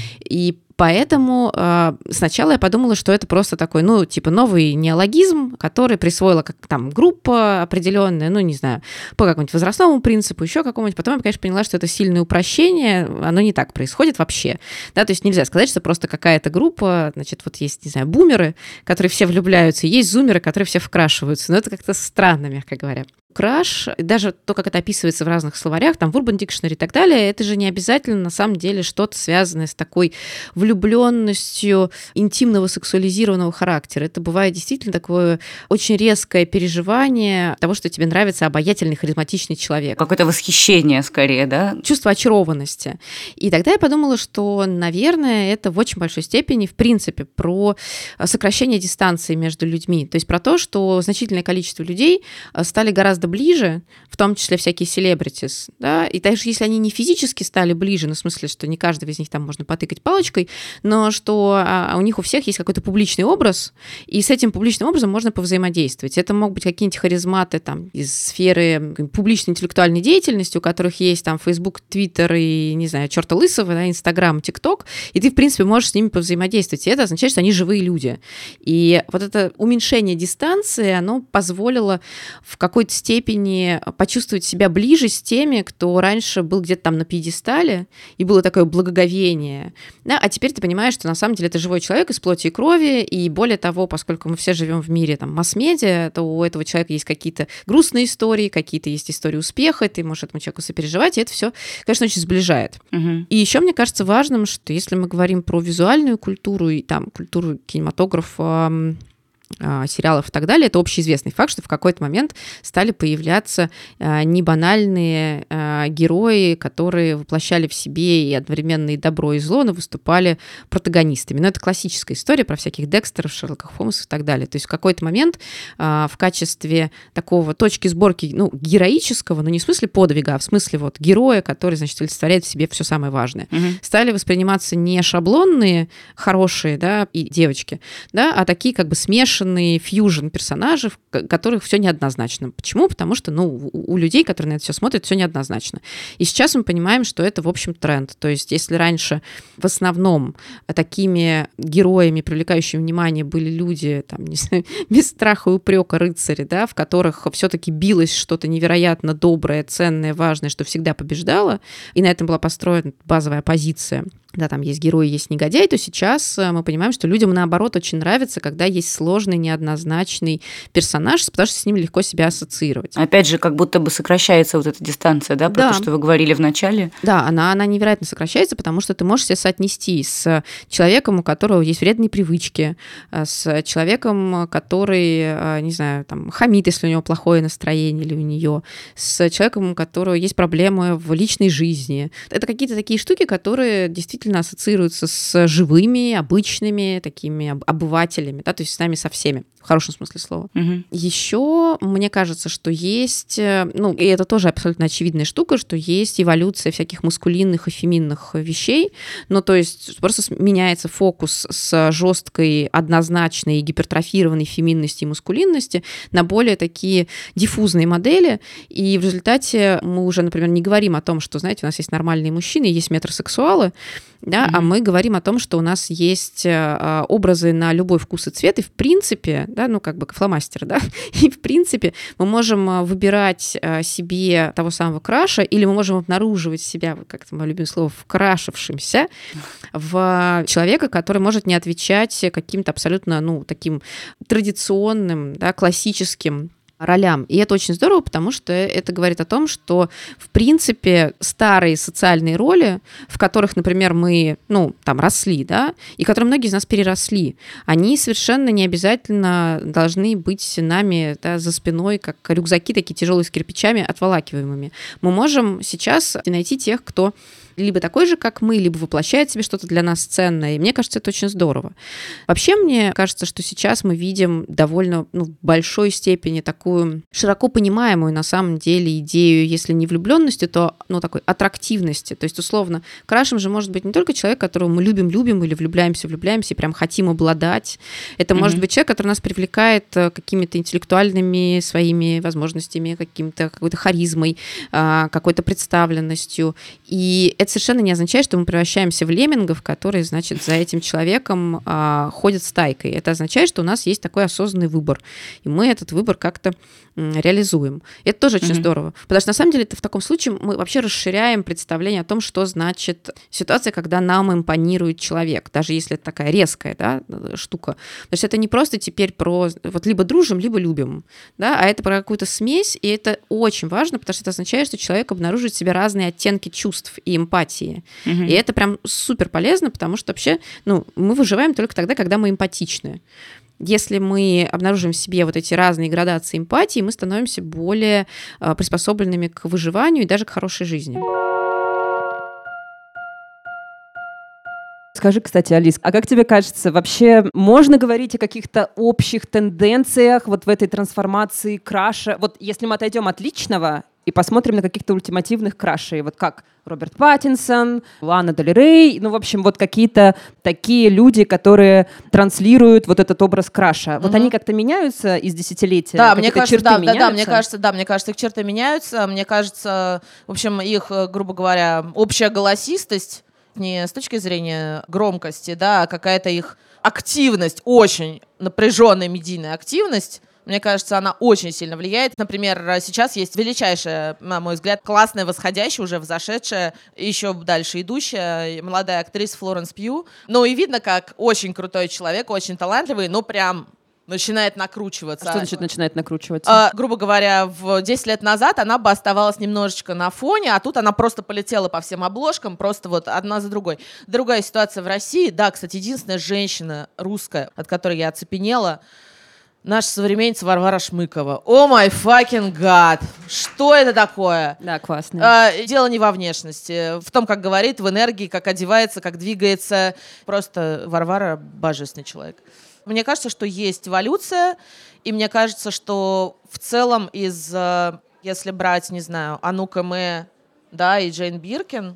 И поэтому э, сначала я подумала, что это просто такой, ну, типа новый неологизм, который присвоила как там группа определенная, ну, не знаю, по какому-нибудь возрастному принципу, еще какому-нибудь. Потом я, конечно, поняла, что это сильное упрощение, оно не так происходит вообще. Да, то есть нельзя сказать, что просто какая-то группа, значит, вот есть, не знаю, бумеры, которые все влюбляются, и есть зумеры, которые все вкрашиваются. Но это как-то странно, мягко говоря. Краш, даже то, как это описывается в разных словарях, там в Urban Dictionary и так далее, это же не обязательно на самом деле что-то связанное с такой влюбленностью интимного сексуализированного характера. Это бывает действительно такое очень резкое переживание того, что тебе нравится обаятельный, харизматичный человек. Какое-то восхищение скорее, да? Чувство очарованности. И тогда я подумала, что, наверное, это в очень большой степени, в принципе, про сокращение дистанции между людьми. То есть про то, что значительное количество людей стали гораздо ближе, в том числе всякие селебритис, да, и даже если они не физически стали ближе, ну, в смысле, что не каждого из них там можно потыкать палочкой, но что а, у них у всех есть какой-то публичный образ, и с этим публичным образом можно повзаимодействовать. Это могут быть какие-нибудь харизматы там из сферы публичной интеллектуальной деятельности, у которых есть там Facebook, Twitter и, не знаю, чёрта лысого, да, Instagram, TikTok, и ты, в принципе, можешь с ними повзаимодействовать. И это означает, что они живые люди. И вот это уменьшение дистанции, оно позволило в какой-то степени почувствовать себя ближе с теми, кто раньше был где-то там на пьедестале, и было такое благоговение. Да? А теперь ты понимаешь, что на самом деле это живой человек из плоти и крови, и более того, поскольку мы все живем в мире там, масс-медиа, то у этого человека есть какие-то грустные истории, какие-то есть истории успеха, ты можешь этому человеку сопереживать, и это все, конечно, очень сближает. Угу. И еще мне кажется важным, что если мы говорим про визуальную культуру и там культуру кинематографа, сериалов и так далее, это общеизвестный факт, что в какой-то момент стали появляться э, небанальные э, герои, которые воплощали в себе и одновременно и добро, и зло, но выступали протагонистами. Но это классическая история про всяких Декстеров, Шерлока Холмсов и так далее. То есть в какой-то момент э, в качестве такого точки сборки, ну, героического, но не в смысле подвига, а в смысле вот героя, который, значит, олицетворяет в себе все самое важное, угу. стали восприниматься не шаблонные, хорошие, да, и девочки, да, а такие как бы смешанные смешанный фьюжн персонажей, в которых все неоднозначно. Почему? Потому что, ну, у людей, которые на это все смотрят, все неоднозначно. И сейчас мы понимаем, что это, в общем, тренд. То есть если раньше в основном такими героями, привлекающими внимание, были люди, там, не знаю, без страха и упрека рыцари, да, в которых все-таки билось что-то невероятно доброе, ценное, важное, что всегда побеждало, и на этом была построена базовая позиция. Да, там есть герой, есть негодяй, то сейчас мы понимаем, что людям, наоборот, очень нравится, когда есть сложный, неоднозначный персонаж, потому что с ним легко себя ассоциировать. Опять же, как будто бы сокращается вот эта дистанция, да, про Да. то, что вы говорили в начале. Да, она, она невероятно сокращается, потому что ты можешь себя соотнести с человеком, у которого есть вредные привычки, с человеком, который, не знаю, там, хамит, если у него плохое настроение или у нее, с человеком, у которого есть проблемы в личной жизни. Это какие-то такие штуки, которые действительно ассоциируются с живыми, обычными такими обывателями, да, то есть с нами со всеми, в хорошем смысле слова. Угу. Еще мне кажется, что есть, ну, и это тоже абсолютно очевидная штука, что есть эволюция всяких маскулинных и феминных вещей, ну, то есть просто меняется фокус с жесткой, однозначной, гипертрофированной феминности и маскулинности на более такие диффузные модели, и в результате мы уже, например, не говорим о том, что, знаете, у нас есть нормальные мужчины, есть метросексуалы, да, mm-hmm. а мы говорим о том, что у нас есть э, образы на любой вкус и цвет, и в принципе, да, ну как бы фломастеры, да, и в принципе мы можем выбирать э, себе того самого краша, или мы можем обнаруживать себя, как это мое любимое слово, вкрашившимся в человека, который может не отвечать каким-то абсолютно, ну, таким традиционным, да, классическим ролям. И это очень здорово, потому что это говорит о том, что, в принципе, старые социальные роли, в которых, например, мы, ну, там, росли, да, и которые многие из нас переросли, они совершенно не обязательно должны быть нами, да, за спиной, как рюкзаки такие тяжелые с кирпичами, отволакиваемыми. Мы можем сейчас найти тех, кто либо такой же, как мы, либо воплощает в себе что-то для нас ценное. И мне кажется, это очень здорово. Вообще, мне кажется, что сейчас мы видим довольно, ну, в большой степени такую широко понимаемую на самом деле идею, если не влюбленности, то, ну, такой аттрактивности. То есть, условно, крашем же может быть не только человек, которого мы любим-любим или влюбляемся-влюбляемся и прям хотим обладать. Это mm-hmm. может быть человек, который нас привлекает какими-то интеллектуальными своими возможностями, каким-то, какой-то харизмой, какой-то представленностью. И это совершенно не означает, что мы превращаемся в леммингов, которые, значит, за этим человеком а, ходят стайкой. Это означает, что у нас есть такой осознанный выбор, и мы этот выбор как-то м, реализуем. И это тоже очень mm-hmm. здорово, потому что на самом деле это в таком случае мы вообще расширяем представление о том, что значит ситуация, когда нам импонирует человек, даже если это такая резкая, да, штука. То есть это не просто теперь про вот либо дружим, либо любим, да, а это про какую-то смесь, и это очень важно, потому что это означает, что человек обнаруживает в себе разные оттенки чувств и эмпатии. Mm-hmm. И это прям супер полезно, потому что вообще, ну, мы выживаем только тогда, когда мы эмпатичны. Если мы обнаружим в себе вот эти разные градации эмпатии, мы становимся более э, приспособленными к выживанию и даже к хорошей жизни. Скажи, кстати, Алис, а как тебе кажется, вообще можно говорить о каких-то общих тенденциях вот в этой трансформации краша? Вот если мы отойдем от личного и посмотрим на каких-то ультимативных крашей, вот как Роберт Паттинсон, Лана Дель Рей, ну, в общем, вот какие-то такие люди, которые транслируют вот этот образ краша. Вот mm-hmm. они как-то меняются из десятилетия? Да, мне кажется, да, да, да, мне кажется, да, мне кажется, их черты меняются. Мне кажется, в общем, их, грубо говоря, общая голосистость, не с точки зрения громкости, да, а какая-то их активность, очень напряженная медийная активность, мне кажется, она очень сильно влияет. Например, сейчас есть величайшая, на мой взгляд, классная, восходящая, уже взошедшая, еще дальше идущая молодая актриса Флоренс Пью. Ну и видно, как очень крутой человек, очень талантливый, но прям начинает накручиваться. А что значит начинает накручиваться? А, грубо говоря, в десять лет назад она бы оставалась немножечко на фоне, а тут она просто полетела по всем обложкам, просто вот одна за другой. Другая ситуация в России. Да, кстати, единственная женщина русская, от которой я оцепенела, наша современница Варвара Шмыкова. О май факинг гад! Что это такое? Да, классно. А, дело не во внешности, в том, как говорит, в энергии, как одевается, как двигается. Просто Варвара божественный человек. Мне кажется, что есть эволюция, и мне кажется, что в целом из, если брать, не знаю, Анук Эмэ, да, и Джейн Биркин,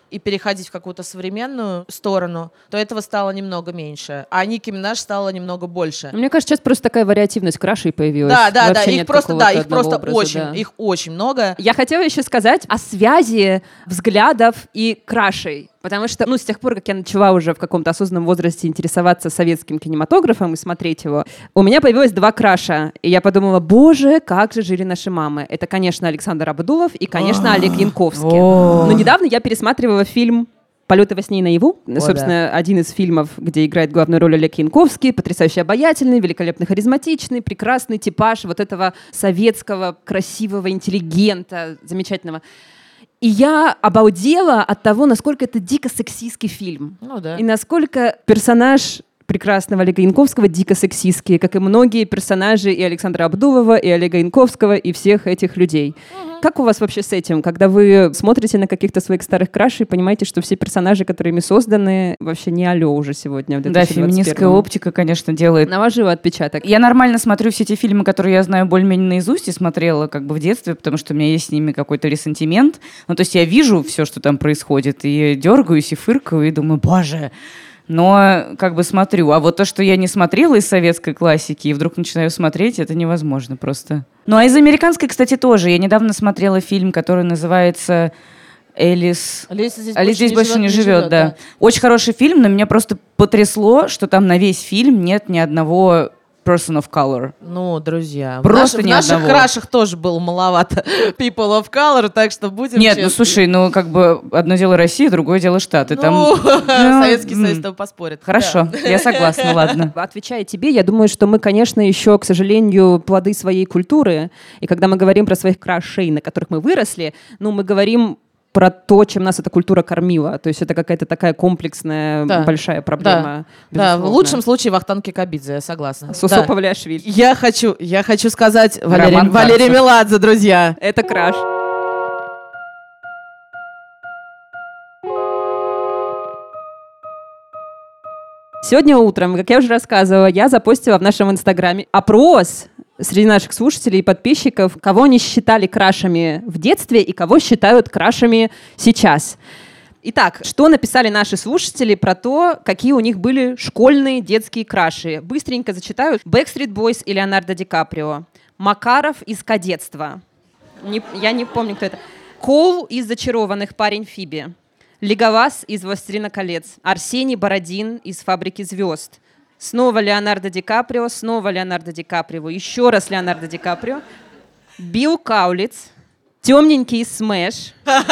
и переходить в какую-то современную сторону, то этого стало немного меньше. А Ники Минаж стало немного больше. Мне кажется, сейчас просто такая вариативность крашей появилась. Да, да, Вообще да, их нет просто, да, их просто образа, очень, да. их очень много. Я хотела еще сказать о связи взглядов и крашей. Потому что, ну, с тех пор, как я начала уже в каком-то осознанном возрасте интересоваться советским кинематографом и смотреть его, у меня появилось два краша. И я подумала, боже, как же жили наши мамы. Это, конечно, Александр Абдулов и, конечно, Олег Янковский. Но недавно я пересматривала фильм «Полеты во сне и наяву». О, собственно, да. Один из фильмов, где играет главную роль Олег Янковский, потрясающе обаятельный, великолепно харизматичный, прекрасный типаж вот этого советского красивого интеллигента, замечательного. И я обалдела от того, насколько это дико сексистский фильм. Ну, да. И насколько персонаж прекрасного Олега Янковского дико сексистский, как и многие персонажи и Александра Абдулова, и Олега Янковского, и всех этих людей. Угу. Как у вас вообще с этим, когда вы смотрите на каких-то своих старых крашей и понимаете, что все персонажи, которые ими созданы, вообще не алё уже сегодня? В да, феминистская оптика, конечно, делает. Наложила отпечаток. Я нормально смотрю все эти фильмы, которые я знаю более-менее наизусть и смотрела как бы в детстве, потому что у меня есть с ними какой-то ресентимент. Ну, то есть я вижу все, что там происходит, и дергаюсь, и фыркаю, и думаю, боже... Но как бы смотрю. А вот то, что я не смотрела из советской классики, и вдруг начинаю смотреть, это невозможно просто. Ну а из американской, кстати, тоже. Я недавно смотрела фильм, который называется «Элис». Алиса здесь, Алис больше, здесь не больше живет, не не живет, живет да. да. Очень хороший фильм, но меня просто потрясло, что там на весь фильм нет ни одного person of color. Ну, друзья, просто в, наш, ни в наших одного. крашах тоже было маловато people of color, так что будем Нет, честны. ну слушай, ну как бы одно дело Россия, другое дело Штаты. Ну, там... Советский Союз с тобой поспорит. Хорошо, Да. я согласна, ладно. Отвечая тебе, я думаю, что мы, конечно, еще, к сожалению, плоды своей культуры. И когда мы говорим про своих крашей, на которых мы выросли, ну, мы говорим про то, чем нас эта культура кормила. То есть это какая-то такая комплексная, Да. большая проблема. Да, в лучшем случае Вахтанг Кикабидзе, я согласна. Сусо Да. Павлиашвили. Я хочу, я хочу сказать Валерий, Роман Валерий Карцев. Меладзе, друзья. Это краш. Сегодня утром, как я уже рассказывала, я запостила в нашем инстаграме опрос среди наших слушателей и подписчиков, кого они считали крашами в детстве и кого считают крашами сейчас. Итак, что написали наши слушатели про то, какие у них были школьные детские краши? Быстренько зачитаю. Backstreet Boys и Леонардо Ди Каприо. Макаров из «Кадетства». Не, я не помню, кто это. Коул из «Зачарованных», парень Фиби. Леголас из «Властелина колец». Арсений Бородин из «Фабрики звезд». Снова Леонардо Ди Каприо, снова Леонардо Ди Каприо, еще раз Леонардо Ди Каприо. Билл Каулиц. Темненький из «Смэш».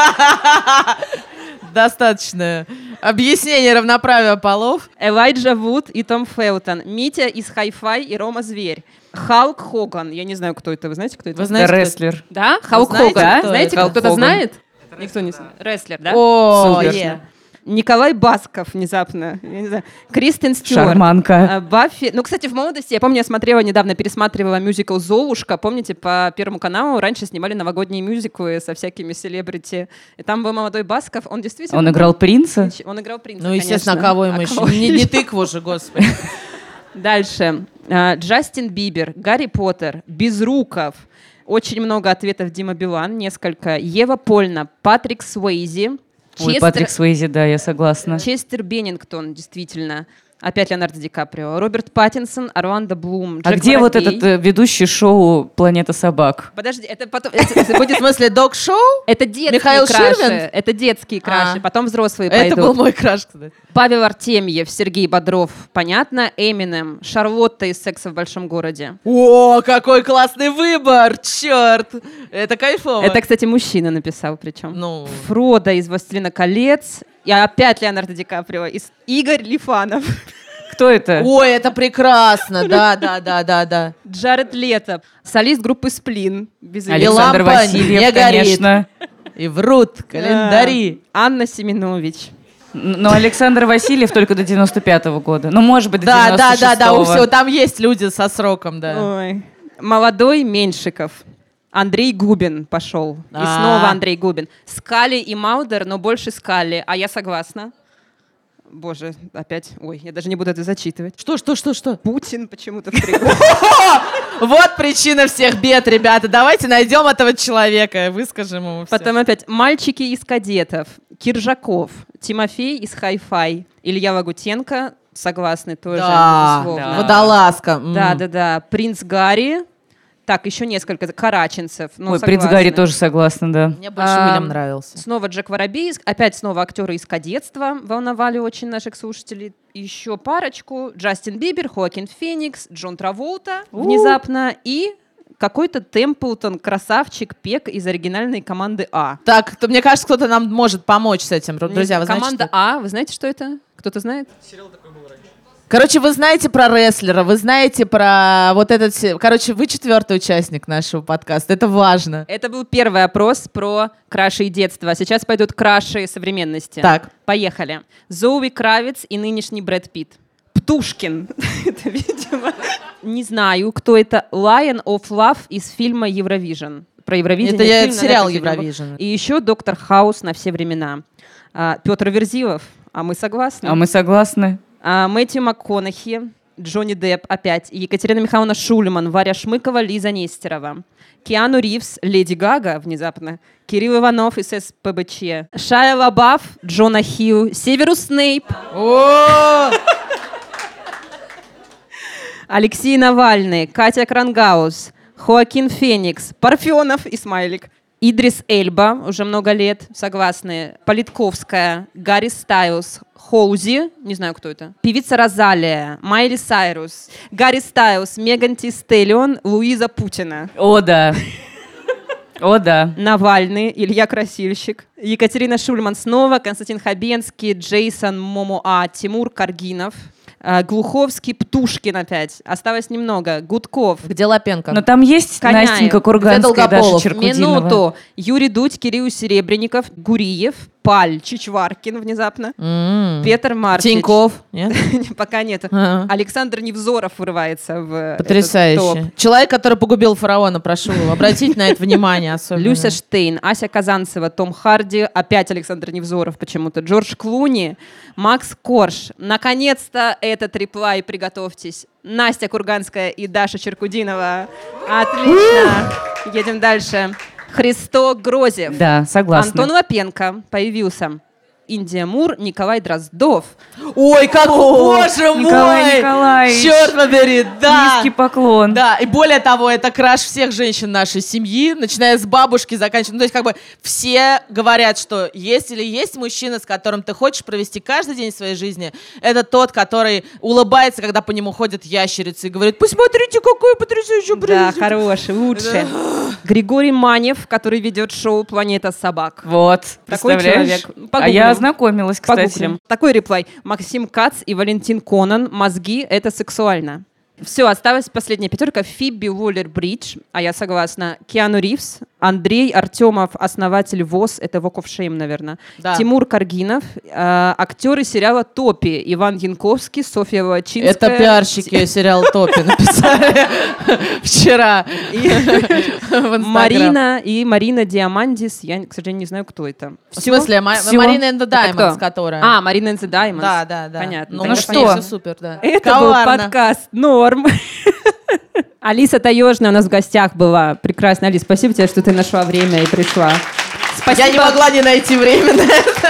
Достаточно объяснение равноправия полов. Элайджа Вуд и Том Фелтон. Митя из «Хай-фай» и Рома Зверь. Халк Хоган. Я не знаю, кто это. Вы знаете, кто это? Вы знаете, Это кто рестлер. Да? Халк знаете, Хоган. кто Знаете, это? кто-то Халк Хоган. знает? Никто не знает. Рестлер, да? О, Супер. е. Николай Басков внезапно. Я не знаю. Кристен Стюарт. Шарманка. А, Баффи. Ну, кстати, в молодости, я помню, я смотрела недавно, пересматривала мюзикл «Золушка». Помните, по Первому каналу раньше снимали новогодние мюзиклы со всякими селебрити. И там был молодой Басков. Он действительно... Он играл принца? Он играл принца, Ну, естественно, конечно. а кого ему А еще? кого Не, не еще? тыкву же, господи. Дальше. А, Джастин Бибер, Гарри Поттер, Безруков. Очень много ответов Дима Билан, несколько. Ева Польна, Патрик Суэйзи. Ой, Честер- Патрик Суэйзи, да, я согласна. Честер Беннингтон, действительно. Опять Леонардо Ди Каприо. Роберт Паттинсон, Орландо Блум, А Джек где вот Воробей. этот э, ведущий шоу «Планета собак»? Подожди, это потом... Это, это будет- В смысле, док-шоу? это детские Михаил краши. Ширвинд? Это детские краши. А. Потом взрослые Это пойдут. был мой краш, кстати. Павел Артемьев, Сергей Бодров. Понятно. Эминем. Шарлотта из «Секса в большом городе». О, какой классный выбор! Черт! Это кайфово. Это, кстати, мужчина написал причем. Ну, Фродо из «Властелина колец». И опять Леонардо Ди Каприо. И с- Игорь Лифанов. Кто это? ой, это прекрасно! Да, да, да, да, да. Джаред Лето. Солист группы «Сплин». Без имени. Александр лампа Васильев, не горит. конечно. И врут календари. Анна Семенович. Но Александр Васильев только до девяносто пятого года. Ну, может быть, до Да, девяносто да, шестого. да, да, у всего там есть люди со сроком, да. Ой. Молодой Меньшиков. Андрей Губин пошел. И А. снова Андрей Губин. Скали и Маудер, но больше Скали. А я согласна. Боже, опять. Ой, я даже не буду это зачитывать. Что, что, что, что? Путин почему-то впрягу. Вот причина всех бед, ребята. Давайте найдем этого человека, выскажем ему всё. Потом опять мальчики из кадетов. Киржаков, Тимофей из Hi-Fi, Илья Лагутенко, согласны тоже, Да, безусловно. водолазка. М. Да-да-да, принц Гарри. Так, еще несколько. Караченцев. Ну, Ой, согласны. принц Гарри тоже согласна, да. Мне больше А, Уильям нравился. Снова Джек Воробей, из- опять снова актеры из «Кадетства» волновали очень наших слушателей. Еще парочку. Джастин Бибер, Хоакин Феникс, Джон Траволта внезапно и какой-то Темплтон, красавчик, пек из оригинальной команды А. Так, то, мне кажется, кто-то нам может помочь с этим. Друзья, вы знаете, Команда что- А, вы знаете, что это? Кто-то знает? Короче, вы знаете про рестлера, вы знаете про вот этот... се- Короче, вы четвертый участник нашего подкаста. Это важно. Это был первый опрос про краши и детство. А сейчас пойдут краши современности. Так. Поехали. Зоуи Кравиц и нынешний Брэд Питт. Птушкин. Это, видимо... Не знаю, кто это. Lion of Love из фильма «Евровижн». Про Евровидение. Это я- фильм, сериал наверное, фильм был. «Евровижн». И еще «Доктор Хаус на все времена». А, Петр Верзилов. А мы согласны? А мы согласны. А, Мэтью МакКонахи, Джонни Депп опять, Екатерина Михайловна Шульман, Варя Шмыкова, Лиза Нестерова, Киану Ривз, Леди Гага внезапно, Кирилл Иванов из СПБЧ, Шайа Лабаф, Джона Хилл, Северус Снейп, Алексей Навальный, Катя Крангаус, Хоакин Феникс, Парфенов и Смайлик, Идрис Эльба, уже много лет, согласны, Политковская, Гарри Стайлз, Хоузи, не знаю, кто это, певица Розалия, Майли Сайрус, Гарри Стайлз, Меган Ти Стеллион, Луиза Путина, О, да. О, да. Навальный, Илья Красильщик, Екатерина Шульман снова, Константин Хабенский, Джейсон Момоа, Тимур Каргинов, э, Глуховский, Птушкин опять. Осталось немного. Гудков. Где Лапенко? Но там есть Коняев. Настенька Курганская, Где Даша Долгополов? Черкудинова. Минуту. Юрий Дудь, Кирилл Серебренников, Гуриев, Паль, Чичваркин внезапно, М. Петр Мартич. Тиньков. Нет? Пока нет. А. Александр Невзоров вырывается в этот топ. Потрясающе. Человек, который погубил фараона, прошу, обратите на это внимание особенно. Люся Штейн, Ася Казанцева, Том Харди, опять Александр Невзоров почему-то, Джордж Клуни, Макс Корж. Наконец-то этот реплай, приготовьтесь. Настя Курганская и Даша Черкудинова. Отлично. Едем дальше. Христо Грозев. Да, согласна. Антон Лапенко появился. Индия Мур, Николай Дроздов. Ой, как, боже Николай мой! Николаевич. Черт побери, да! Низкий поклон. Да, и более того, это краш всех женщин нашей семьи, начиная с бабушки, заканчивая... Ну, то есть, как бы, все говорят, что если есть мужчина, с которым ты хочешь провести каждый день своей жизни, это тот, который улыбается, когда по нему ходят ящерицы, и говорит: посмотрите, какой потрясающий Да, президент. хороший, лучший. Григорий Манев, который ведет шоу «Планета собак». Вот, Такой представляешь? человек. А Погуглим. я ознакомилась, кстати. Погуглим. Такой реплай. Максим Кац и Валентин Конан. Мозги — это сексуально. Все, осталась последняя пятерка. Фиби Уоллер-Бридж, а я согласна. Киану Ривз, Андрей Артемов, основатель ВОЗ, это Walk of Shame, наверное. Да. Тимур Каргинов, э, актеры сериала «Топи», Иван Янковский, Софья Волочинская. Это пиарщики сериал «Топи» написали вчера в Инстаграм. Марина и Марина Диамандис. Я, к сожалению, не знаю, кто это. В смысле, Ма- Всё. Марина and the Это Diamonds, кто? которая... А, Марина and the Diamonds. Да, да, да. Понятно. Ну, Тогда что? понятно. Все супер, да. Это Коварно. был подкаст «Норм». Алиса Таежная у нас в гостях была. Прекрасно, Алис, спасибо тебе, что ты нашла время и пришла. Спасибо. Я не могла не найти время на это.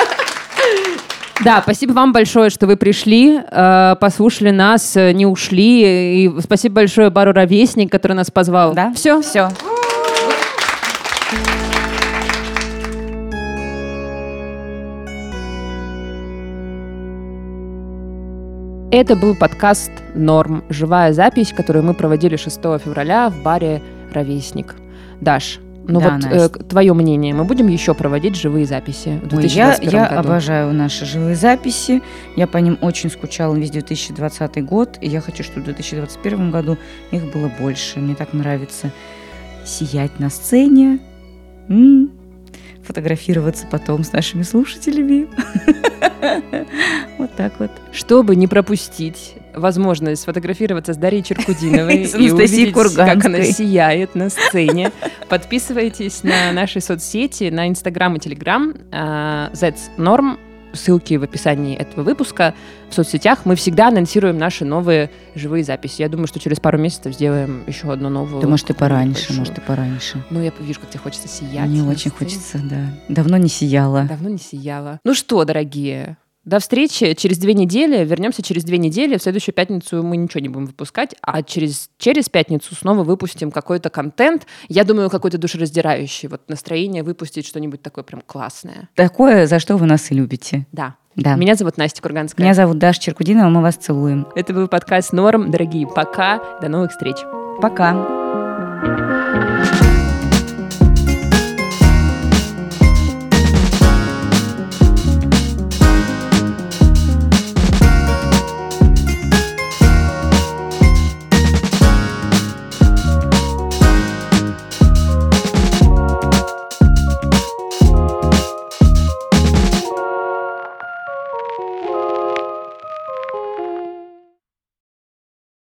Да, спасибо вам большое, что вы пришли, э, послушали нас, э, не ушли. И спасибо большое Бару Ровесник, который нас позвал. Да? Все. Все. Это был подкаст «Норм». Живая запись, которую мы проводили шестого февраля в баре «Ровесник». Даш, ну Да, вот э, Настя. твое мнение, мы будем еще проводить живые записи в Ой, две тысячи я, двадцать первом я году? обожаю наши живые записи. Я по ним очень скучала весь две тысячи двадцатый год. И я хочу, чтобы в две тысячи двадцать первом году их было больше. Мне так нравится сиять на сцене, м, фотографироваться потом с нашими слушателями. Вот так вот. Чтобы не пропустить возможность сфотографироваться с Дарьей Черкудиновой С и Анастасией увидеть, как она Курганской. сияет на сцене, подписывайтесь на наши соцсети, на Инстаграм и Телеграм. That's Norm. ссылки в описании этого выпуска. В соцсетях мы всегда анонсируем наши новые живые записи. Я думаю, что через пару месяцев сделаем еще одну новую. Да, может, и пораньше, большую. может, и пораньше. Ну, я вижу, как тебе хочется сиять. Мне очень хочется, да. Давно не сияла. Давно не сияла. Ну что, дорогие, до встречи через две недели. Вернемся через две недели. В следующую пятницу мы ничего не будем выпускать, а через, через пятницу снова выпустим какой-то контент. Я думаю, какой-то душераздирающий. Вот настроение выпустить что-нибудь такое прям классное. Такое, за что вы нас и любите. Да. Да. Меня зовут Настя Курганская. Меня зовут Даша Черкудинова, мы вас целуем. Это был подкаст «Норм». Дорогие, пока. До новых встреч. Пока.